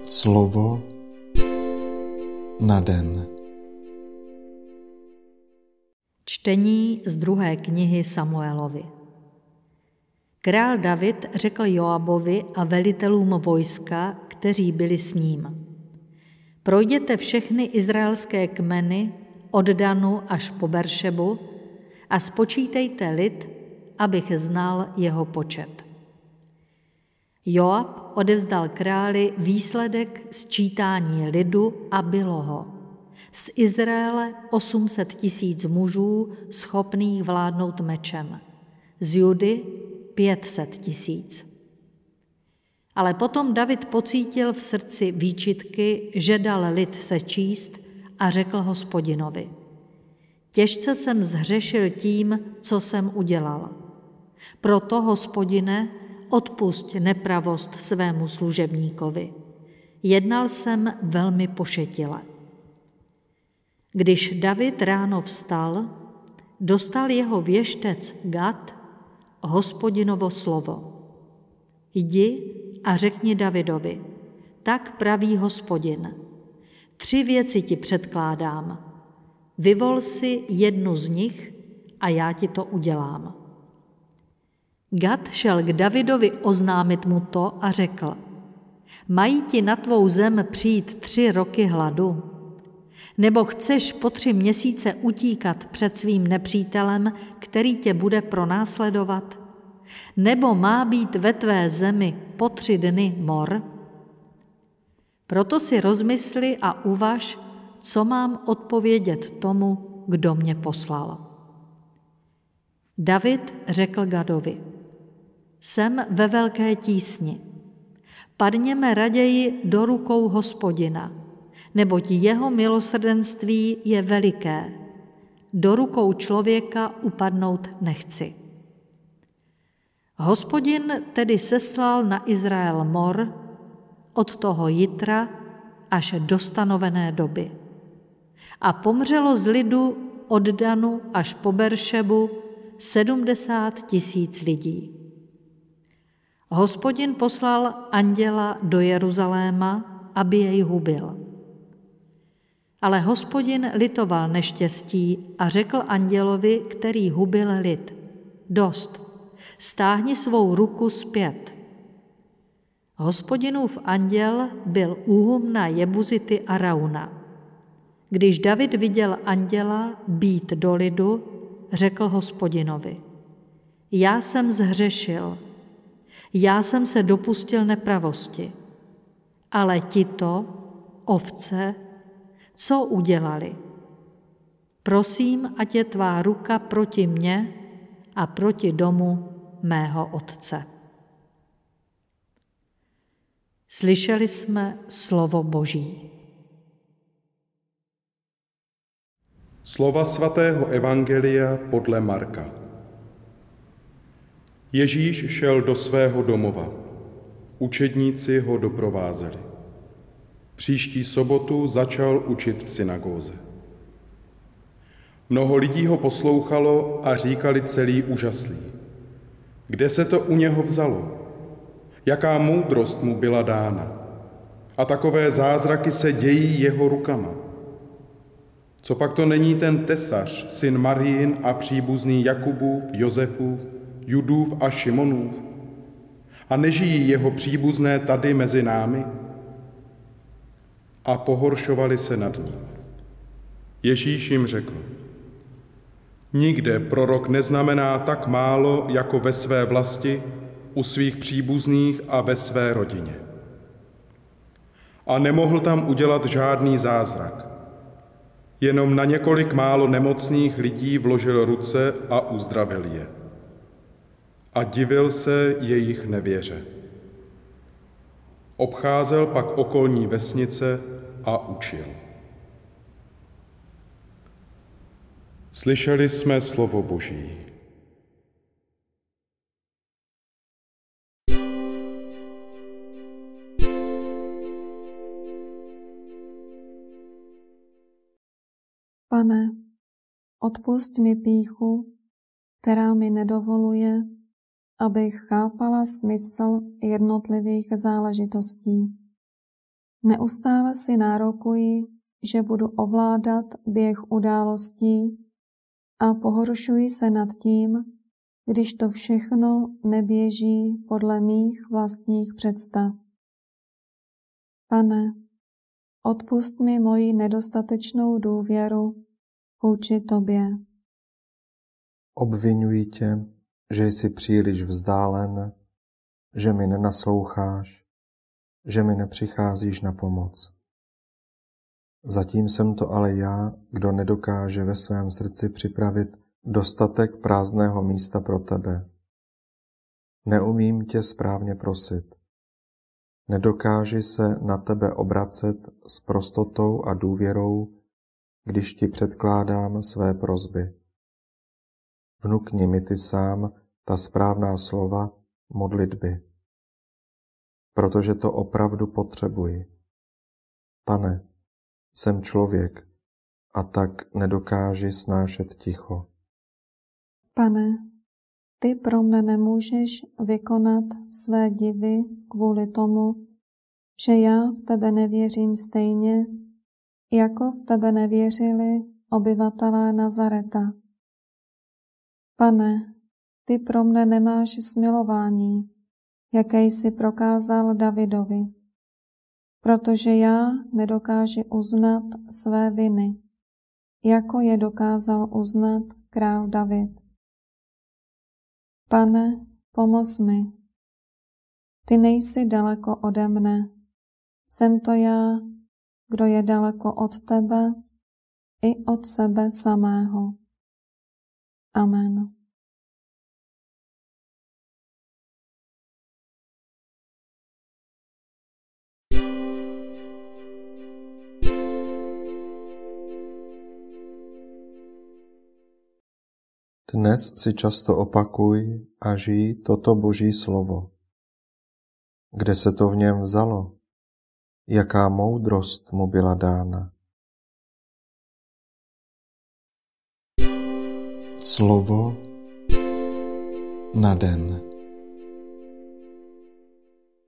Slovo na den. Čtení z 2. knihy Samuelovi. Král David řekl Joabovi a velitelům vojska, kteří byli s ním: Projděte všechny izraelské kmeny od Danu až po Beršebu a spočítejte lid, abych znal jeho počet. Joab odevzdal králi výsledek sčítání lidu a bylo ho: z Izraele 800 000 mužů schopných vládnout mečem, z Judy 500 000. Ale potom David pocítil v srdci výčitky, že dal lid sečíst, a řekl Hospodinovi: Těžce jsem zhřešil tím, co jsem udělal. Proto, Hospodine, odpusť nepravost svému služebníkovi. Jednal jsem velmi pošetile. Když David ráno vstal, dostal jeho věštec Gad Hospodinovo slovo: Jdi a řekni Davidovi, tak praví Hospodin, 3 věci ti předkládám. Vyvol si jednu z nich a já ti to udělám. Gad šel k Davidovi oznámit mu to a řekl: Mají ti na tvou zem přijít 3 roky hladu? Nebo chceš po 3 měsíce utíkat před svým nepřítelem, který tě bude pronásledovat? Nebo má být ve tvé zemi po 3 dny mor? Proto si rozmysli a uvaž, co mám odpovědět tomu, kdo mě poslal. David řekl Gadovi: Jsem ve velké tísni. Padněme raději do rukou Hospodina, neboť jeho milosrdenství je veliké. Do rukou člověka upadnout nechci. Hospodin tedy seslal na Izrael mor od toho jitra až do stanovené doby. A pomřelo z lidu od Danu až po Beršebu 70 000 lidí. Hospodin poslal anděla do Jeruzaléma, aby jej hubil. Ale Hospodin litoval neštěstí a řekl andělovi, který hubil lid: Dost, stáhni svou ruku zpět. Hospodinův anděl byl u humna Jebuzity Arauna. Když David viděl anděla bít do lidu, řekl Hospodinovi: Já jsem zhřešil, já jsem se dopustil nepravosti. Ale tito, ovce, co udělali? Prosím, ať je tvá ruka proti mně a proti domu mého otce. Slyšeli jsme slovo Boží. Slova svatého evangelia podle Marka. Ježíš šel do svého domova. Učedníci ho doprovázeli. Příští sobotu začal učit v synagóze. Mnoho lidí ho poslouchalo a říkali celý úžaslí: Kde se to u něho vzalo? Jaká moudrost mu byla dána? A takové zázraky se dějí jeho rukama. Copak to není ten tesař, syn Marijin a příbuzný Jakubův, Josefův, Judův a Šimonův? A nežijí jeho příbuzné tady mezi námi? A pohoršovali se nad ním. Ježíš jim řekl: Nikde prorok neznamená tak málo jako ve své vlasti, u svých příbuzných a ve své rodině. A nemohl tam udělat žádný zázrak. Jenom na několik málo nemocných lidí vložil ruce a uzdravil je. A divil se jejich nevěře. Obcházel pak okolní vesnice a učil. Slyšeli jsme slovo Boží. Pane, odpusť mi pýchu, která mi nedovoluje, abych chápala smysl jednotlivých záležitostí. Neustále si nárokuji, že budu ovládat běh událostí a pohoršuji se nad tím, když to všechno neběží podle mých vlastních představ. Pane, odpusť mi moji nedostatečnou důvěru vůči Tobě. Obviňuji tě, že jsi příliš vzdálen, že mi nenasloucháš, že mi nepřicházíš na pomoc. Zatím jsem to ale já, kdo nedokáže ve svém srdci připravit dostatek prázdného místa pro tebe. Neumím tě správně prosit. Nedokáži se na tebe obracet s prostotou a důvěrou, když ti předkládám své prosby. Vnukni mi ty sám ta správná slova modlitby, protože to opravdu potřebuji. Pane, jsem člověk a tak nedokáži snášet ticho. Pane, ty pro mne nemůžeš vykonat své divy kvůli tomu, že já v tebe nevěřím stejně, jako v tebe nevěřili obyvatelé Nazareta. Pane, ty pro mne nemáš smilování, jaké jsi prokázal Davidovi, protože já nedokážu uznat své viny, jako je dokázal uznat král David. Pane, pomoz mi. Ty nejsi daleko ode mne. Jsem to já, kdo je daleko od tebe i od sebe samého. Amen. Dnes si často opakuj a žij toto Boží slovo. Kde se to v něm vzalo? Jaká moudrost mu byla dána? Slovo na den.